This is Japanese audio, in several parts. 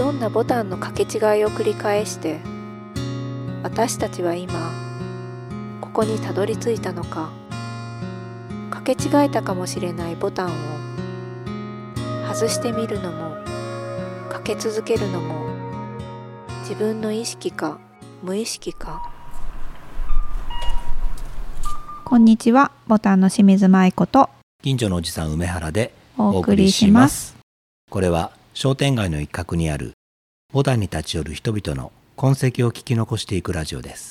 どんなボタンの掛け違いを繰り返して私たちは今ここにたどり着いたのか。掛け違えたかもしれないボタンを外してみるのもかけ続けるのも自分の意識か無意識か。 こんにちは、ボタンの清水舞子と近所のおじさん梅原でお送りします。 これは商店街の一角にあるボタンに立ち寄る人々の痕跡を聞き残していくラジオです。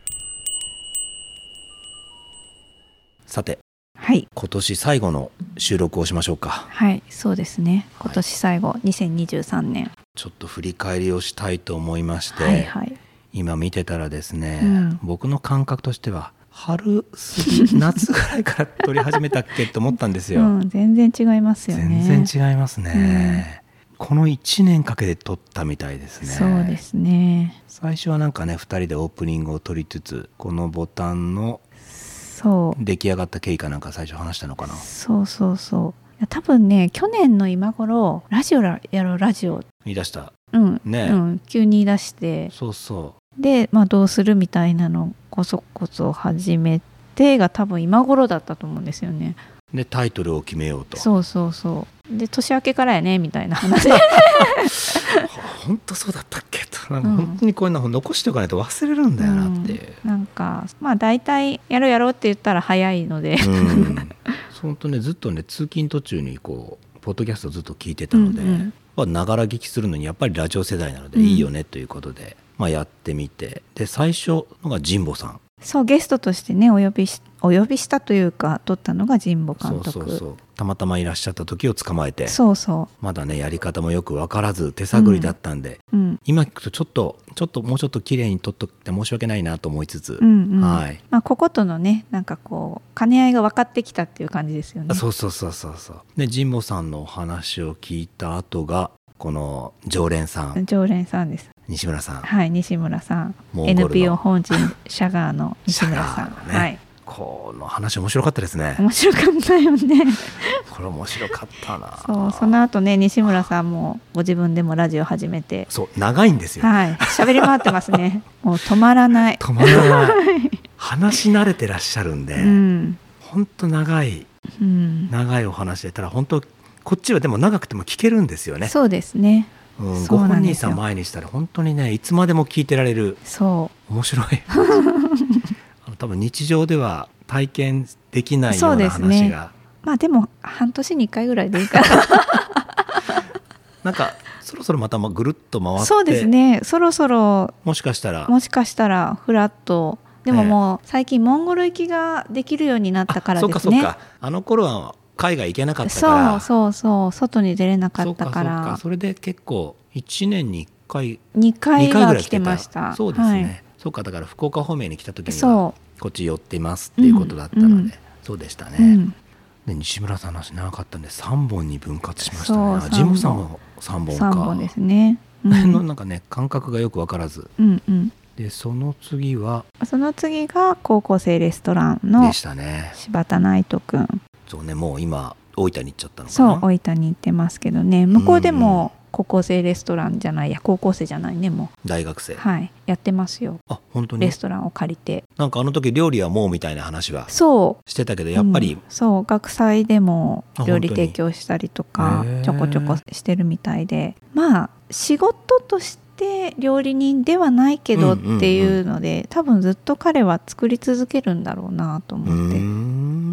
さて、 はい、 今年最後の収録をしましょうか。 はい、そうですね。今年最後、2023年ちょっと振り返りをしたいと思いまして、 はいはい、 今見てたらですね、僕の感覚としては春過ぎ夏ぐらいから撮り始めたっけと思ったんですよ、 全然違いますよね。 全然違いますね、この1年かけて撮ったみたいですね。 そうですね。 最初はなんかね2人でオープニングを撮りつつこのボタンの出来上がった経緯かなんか最初話したのかな。 そう多分ね、去年の今頃ラジオやろうラジオ言い出した、 急に言い出して、で、どうするみたいなのこそこそ始めてが多分今頃だったと思うんですよね。 でタイトルを決めようと。 そうで年明けからやねみたいな話本当そうだったっけと、本当にこういうの残しておかないと忘れるんだよなっていう、 なんか大体やろうって言ったら早いので本当ね、ずっとね通勤途中にこうポッドキャストずっと聞いてたので、ながら聞きするのにやっぱりラジオ世代なのでいいよねということで、やってみて、で最初のが神保さん。 そうゲストとしてねお呼びしたというか撮ったのが神保監督。 たまたまいらっしゃった時を捕まえて、まだねやり方もよく分からず手探りだったんで、今聞くとちょっともうちょっと綺麗に撮っとって申し訳ないなと思いつつ、 こことのねなんかこう兼ね合いが分かってきたっていう感じですよね。 そうで神保さんのお話を聞いた後がこの常連さんです。西村さん。 はい、西村さん。NPO 法人シャガーの西村さん。はい。 この話面白かったですね。 面白かったよね。 これ面白かったな。 その後ね西村さんもご自分でもラジオ始めて、 長いんですよ。 はい、喋り回ってますね。もう止まらない。 話し慣れてらっしゃるんで、本当長いお話で、ただ本当こっちはでも長くても聞けるんですよね。そうですね。ご本人さん前にしたら本当にねいつまでも聞いてられる。面白い。多分日常では体験できないような話が、 でも半年に1回ぐらいでいいからなんかそろそろまたぐるっと回って、 そうですね、そろそろもしかしたらフラッと。でももう最近モンゴル行きができるようになったからですね。 あの頃は海外行けなかったから、 外に出れなかったから、 それで結構1年に1回 2回ぐらい来てました。 そうですね、だから福岡方面に来た時にはこっち寄ってますっていうことだったので、そうでしたね。で西村さんの話長かったんで3本に分割しましたね。神保さんも3本か。3本ですね。なんかね感覚がよく分からず、でその次が高校生レストランの柴田ナイトくん。 そうね、もう今大分に行っちゃったのかな。 大分に行ってますけどね、向こうでも高校生レストランじゃないや、高校生じゃないね、もう大学生、 やってますよ。 本当にレストランを借りて。 なんかあの時料理はもうみたいな話はしてたけど、やっぱり、 学祭でも料理提供したりとかちょこちょこしてるみたいで、仕事として料理人ではないけどっていうので、多分ずっと彼は作り続けるんだろうなと思って。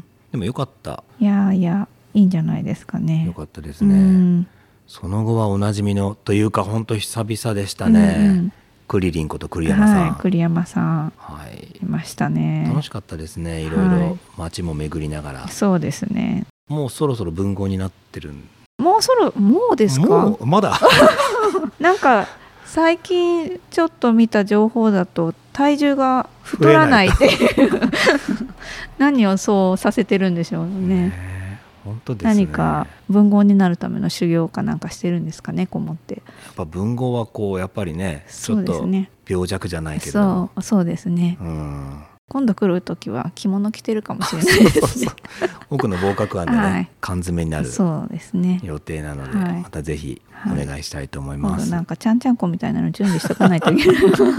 でもよかった。 いやいいんじゃないですかね。 よかったですね。その後はおなじみのというか本当久々でしたね。クリリンこと栗山さん。 栗山さん、いましたね。 楽しかったですね。いろいろ街も巡りながら。 そうですね。 もうそろそろ文豪になってる。 もうですか。 まだなんか最近ちょっと見た情報だと体重が太らないっていう何をそうさせてるんでしょうね。 本当ですね。 何か文豪になるための修行かなんかしてるんですかね、こもって。 やっぱ文豪はこうやっぱりね、ちょっと病弱じゃないけど、 そうですね。 今度来る時は着物着てるかもしれないですね。 僕の合格案でね、はい、缶詰になるそうですね予定なので、はい、またぜひお願いしたいと思います、 はい、なんかちゃんちゃんこみたいなの準備しとかないといけない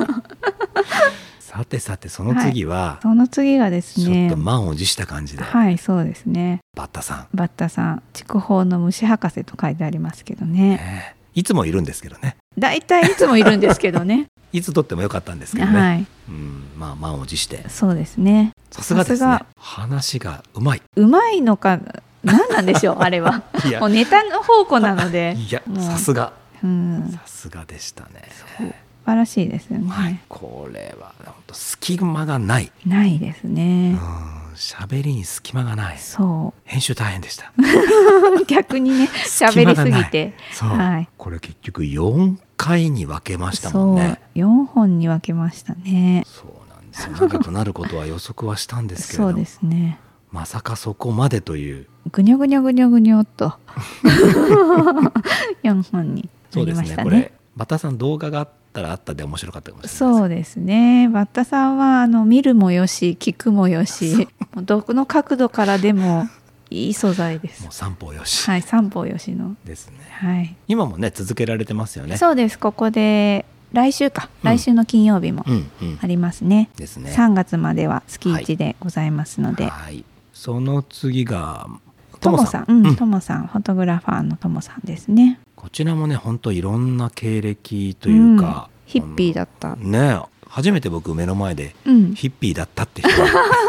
さてさてその次は、はい、 その次がですねちょっと満を持した感じで、 はいそうですね、 バッタさん筑豊の虫博士と書いてありますけどね、 いつもいるんですけどね、 だいたいいつもいるんですけどねいつ撮ってもよかったんですけどね、はい、まあ満を持してそうですね、 さすがですね、話がうまいのか何なんでしょうあれはもうネタの宝庫なのでいやさすが、さすがでしたね、 素晴らしいですよね、 はい、これは本当隙間がないですね、 喋りに隙間がない、 そう編集大変でした逆にね喋りすぎて、 そう、はい、これ結局4回に分けましたもんね。 そう4本に分けましたね。 そうなんですよ、長くなることは予測はしたんですけれどもそうですね、 まさかそこまでというぐにょぐにょぐにょぐにょっと4本になりましたね。そうですね、これバッタさん動画があったらあったで面白かったかもしれないです。 そうですね、バッタさんは見るもよし聞くもよしどこの角度からでもいい素材です。 もう三方よし、 はい、三方よしのですね、 はい、 今もね続けられてますよね。 そうです、ここで来週の金曜日もありますね、 ですね、 3月までは月1でございますので、 はい、その次がともさん、ともさん、フォトグラファーのともさんですね。 こちらもね本当いろんな経歴というか、 ヒッピーだったね、初めて僕目の前でヒッピーだったって人、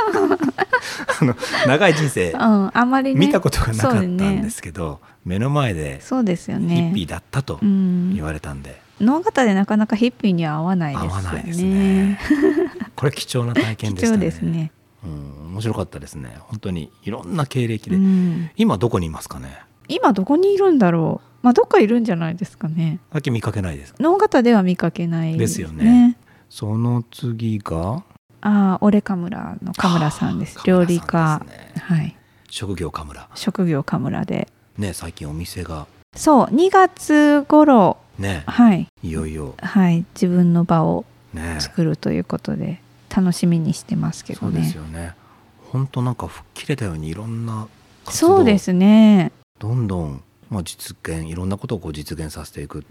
長い人生、 あまりね、 見たことがなかったんですけど、目の前でヒッピーだったと言われたんで、 脳型でなかなかヒッピーには合わないですよね。 合わないですねこれ貴重な体験でしたね。 貴重ですね、 面白かったですね。本当にいろんな経歴で、今どこにいますかね。 今どこにいるんだろう、どっかいるんじゃないですかね。 さっき見かけないですか。 脳型では見かけないですよね。その次がオレカムラのカムラさんです。料理家、はい、 職業カムラでね、最近お店がそう2月頃ね、 はい、 いよいよ、 はい、自分の場を作るということで楽しみにしてますけどね。 そうですよね。本当なんか吹っ切れたようにいろんな活動、そうですね、 どんどん、実現、いろんなことを実現させていくって、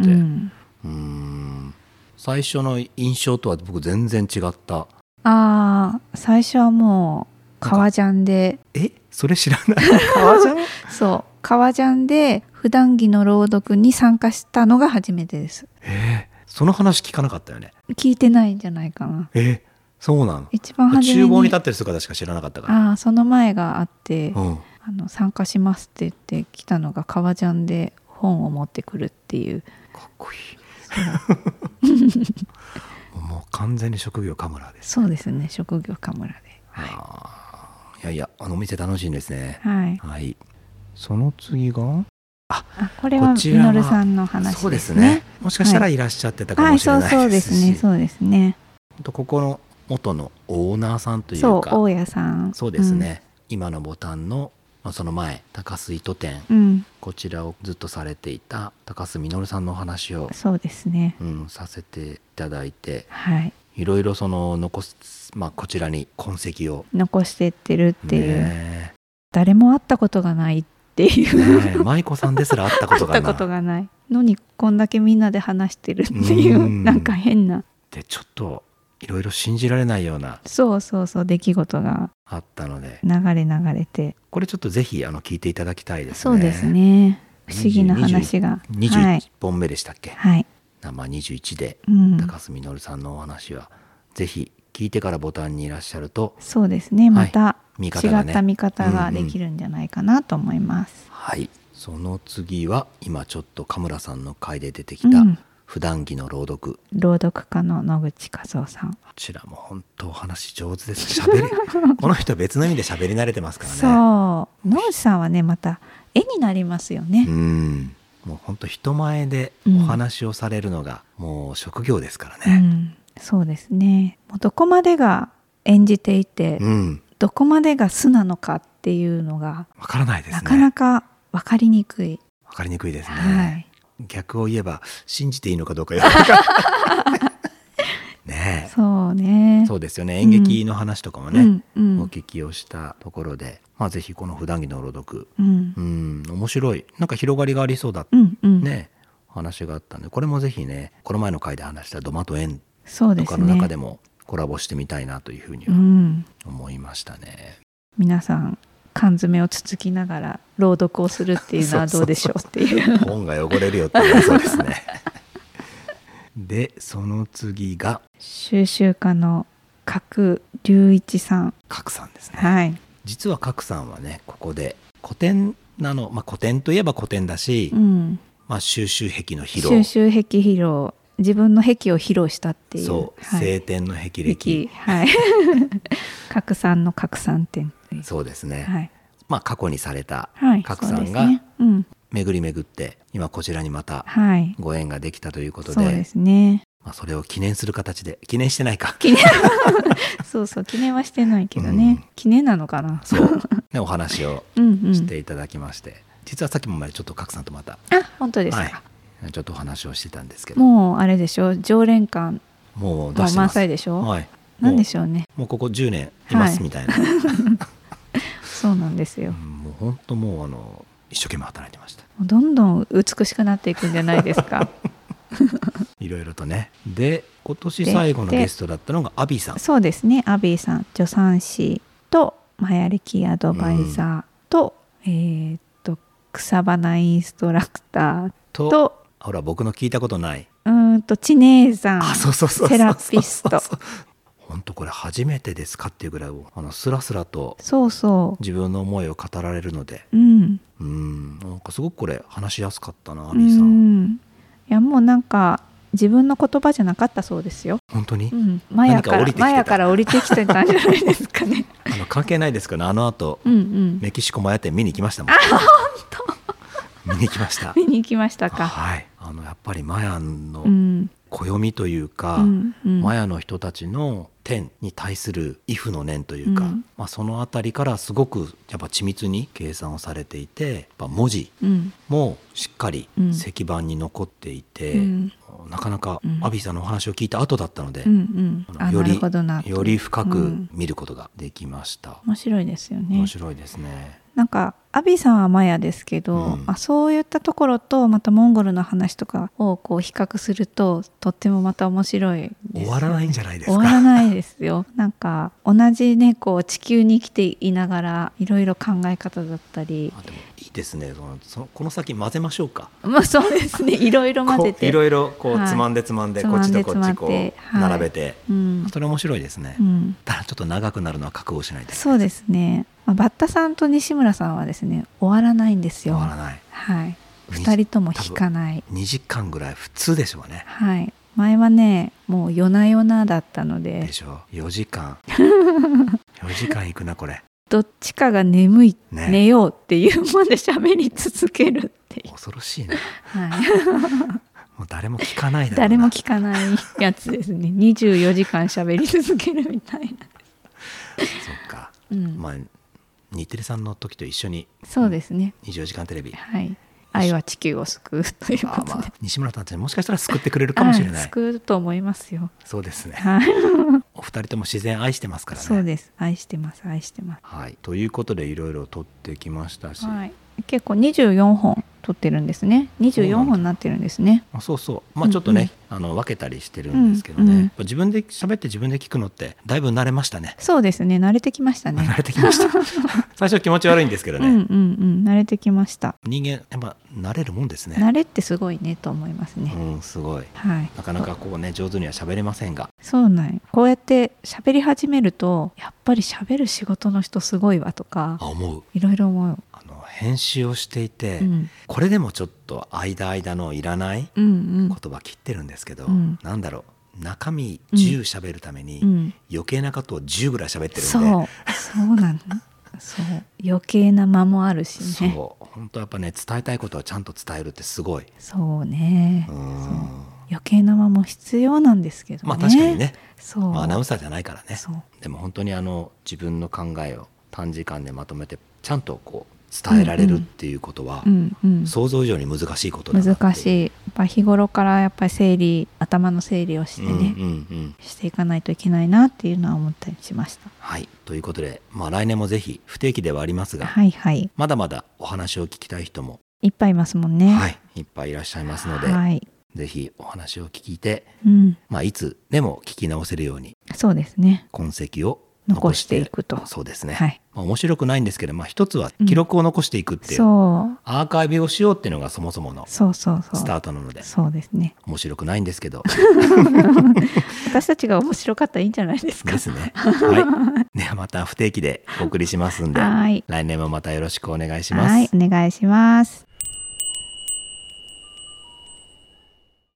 最初の印象とは僕全然違った。最初はもう革ジャンで、 それ知らない革ジャンそう、革ジャンで普段着の朗読に参加したのが初めてです。 その話聞かなかったよね。 聞いてないんじゃないかな。 そうなの。 一番初めに厨房に立ってる姿しか知らなかったから。 その前があって、参加しますって言って来たのが革ジャンで本を持ってくるっていう。 かっこいいもう完全に職業カムラです。 そうですね、職業カムラで、 いやお店楽しいんですね。 はい、 その次がこれはみのるさんの話ですね。 そうですね、もしかしたらいらっしゃってたかもしれないですし、 そうですね。 ここの元のオーナーさんというか、 大家さん、 そうですね、今のボタンのその前高須糸店、こちらをずっとされていた高須実さんのお話をそうですね、 させていただいて、 いろいろこちらに痕跡を残してってるっていう、誰も会ったことがないっていう舞子さんですら会ったことがないのにこんだけみんなで話してるっていう、なんか変なで、ちょっといろいろ信じられないような出来事があったので、 流れて、 これちょっとぜひ聞いていただきたいですね。 そうですね、不思議な話が 21本目でしたっけ。 はい、 生21で、高須実さんのお話はぜひ聞いてからボタンにいらっしゃると、 そうですね、また違った見方ができるんじゃないかなと思います。 その次は今ちょっとカムラさんの回で出てきた、普段着の朗読家の野口和夫さん、こちらも本当お話上手です。この人別の意味で喋り慣れてますからね。 そう野口さんはね、また絵になりますよね。 もう本当人前でお話をされるのがもう職業ですからね。 そうですね、もうどこまでが演じていて、どこまでが素なのかっていうのがわからないですね。 なかなかわかりにくいですね。逆を言えば信じていいのかどうかよね。 そうね。 そうですよね。演劇の話とかもね、 うんお聞きをしたところで、ぜひこの普段着の朗読、 うん面白い、なんか広がりがありそうだ、 うんね話があったんで、これもぜひね、この前の回で話したドマと縁そうですね。 とかの中でもコラボしてみたいなというふうには思いましたね。 皆さん缶詰をつつきながら朗読をするっていうのはどうでしょうっていう本が汚れるよって言うそうですねでその次が収集家の角隆一さん。 角さんですね。 はい。 実は角さんはね、ここで古典なの、古典といえば古典だし、収集癖の披露、 収集癖披露、自分の癖を披露したっていう。 そう、晴天の霹靂、 はい角さんの角三点。 そうですね、 はい、 過去にされたはい角さんが、 ね、 巡り巡って今こちらにまたご縁ができたということで、 そうですね、 それを記念する形で、記念してないかそうそう、記念はしてないけどね、記念なのかな。 そう、ね、お話をしていただきまして実はさっきもちょっと角さんとまた本当ですか、 はい、ちょっとお話をしてたんですけど、 もうあれでしょ、常連感もう出してます、 満載でしょ、 はい、 なんでしょうね、 もうここ10年いますみたいな、 そうなんですよ、 もう本当もう一生懸命働いてました。 どんどん美しくなっていくんじゃないですかいろいろとね。で今年最後のゲストだったのがアビーさん。 そうですね、アビーさん、助産師とマヤ歴アドバイザーと、草花インストラクターとほら僕の聞いたことない知姉さん、 セラピスト。 本当これ初めてですかっていうぐらいスラスラと自分の思いを語られるので、なんかすごくこれ話しやすかったな、アビーさん。 いやもうなんか自分の言葉じゃなかったそうですよ。 本当に、 マヤから降りてきてたんじゃないですかね関係ないですけど、後、メキシコマヤ店見に行きましたもん。 本当見に行きました。 見に行きましたか。 はい、やっぱりマヤの暦というか、マヤの人たちの天に対する畏怖の念というか、そのあたりからすごくやっぱ緻密に計算をされていて、やっぱ文字もしっかり石板に残っていて、なかなかアビーさんのお話を聞いた後だったので、より深く見ることができました。 面白いですよね。 面白いですね。 なんかアビーさんはマヤですけど、そういったところとまたモンゴルの話とかをこう比較するととってもまた面白いですよ。 終わらないんじゃないですか。 終わらないですよ。なんか同じねこう地球に生きていながらいろいろ考え方だったり。 でもいいですね。この先混ぜましょうか。 そうですね。いろいろ混ぜていろいろこうつまんでこっちとこっちこう並べて、それ面白いですね。ただちょっと長くなるのは覚悟しないといけない。 そうですね。バッタさんと西村さんはですね終わらないんですよ。 終わらない。 はい。2人とも引かない。 2時間ぐらい普通でしょうね。 はい。前はねもう夜な夜なだったので。 でしょ。4時間いくなこれ。 どっちかが眠い、寝ようっていうまで喋り続けるっていう。 恐ろしいな。 はい。 もう誰も聞かないだろうな。 誰も聞かないやつですね。24時間喋り続けるみたいな。 そっか。日テレさんの時と一緒に。 そうですね。 24時間テレビ。 はい。愛は地球を救うということで、 西村さんってもしかしたら救ってくれるかもしれない。 救うと思いますよ。 そうですね。 はい。 お二人とも自然愛してますからね。 そうです。愛してます。愛してます。 はい。ということでいろいろ撮ってきましたし、 結構24本撮ってるんですね。24本になってるんですね。 そうそう。ちょっとね、分けたりしてるんですけどね。自分で喋って自分で聞くのってだいぶ慣れましたね。 そうですね。慣れてきましたね。 慣れてきました。最初気持ち悪いんですけどね。 慣れてきました。 人間やっぱ慣れるもんですね。 慣れってすごいねと思いますね。 すごい。 はい。 なかなかこうね上手には喋れませんが。 そうなん。こうやって喋り始めるとやっぱり喋る仕事の人すごいわとか。 思う。 いろいろ思う。 編集をしていて、これでもちょっと間のいらない言葉切ってるんですけど、なんだろう、中身10喋るために余計なことを10ぐらい喋ってるんで、 そうなの。そう余計な間もあるしね。 そう本当やっぱね伝えたいことはちゃんと伝えるってすごい。 そうね。余計な間も必要なんですけどね。 確かにね。 そうアナウンサーじゃないからね。でも本当に自分の考えを短時間でまとめてちゃんとこう伝えられるっていうことは、想像以上に難しいことだなって。 難しい。やっぱ日頃からやっぱり頭の整理をしてね、していかないといけないなっていうのは思ったりしました。 はい、ということで、来年もぜひ不定期ではありますが、まだまだお話を聞きたい人もいっぱいいますもんね。 はい、いっぱいいらっしゃいますので、ぜひお話を聞いて、いつでも聞き直せるように、 そうですね、 痕跡を残していくと。 そうですね、面白くないんですけど、一つは記録を残していくっていう、アーカイブをしようっていうのがそもそものスタートなので、 そうですね、 面白くないんですけど私たちが面白かったらいいんじゃないですか。 ですね。はい。ではまた不定期でお送りしますんで、来年もまたよろしくお願いします。 はい、お願いします。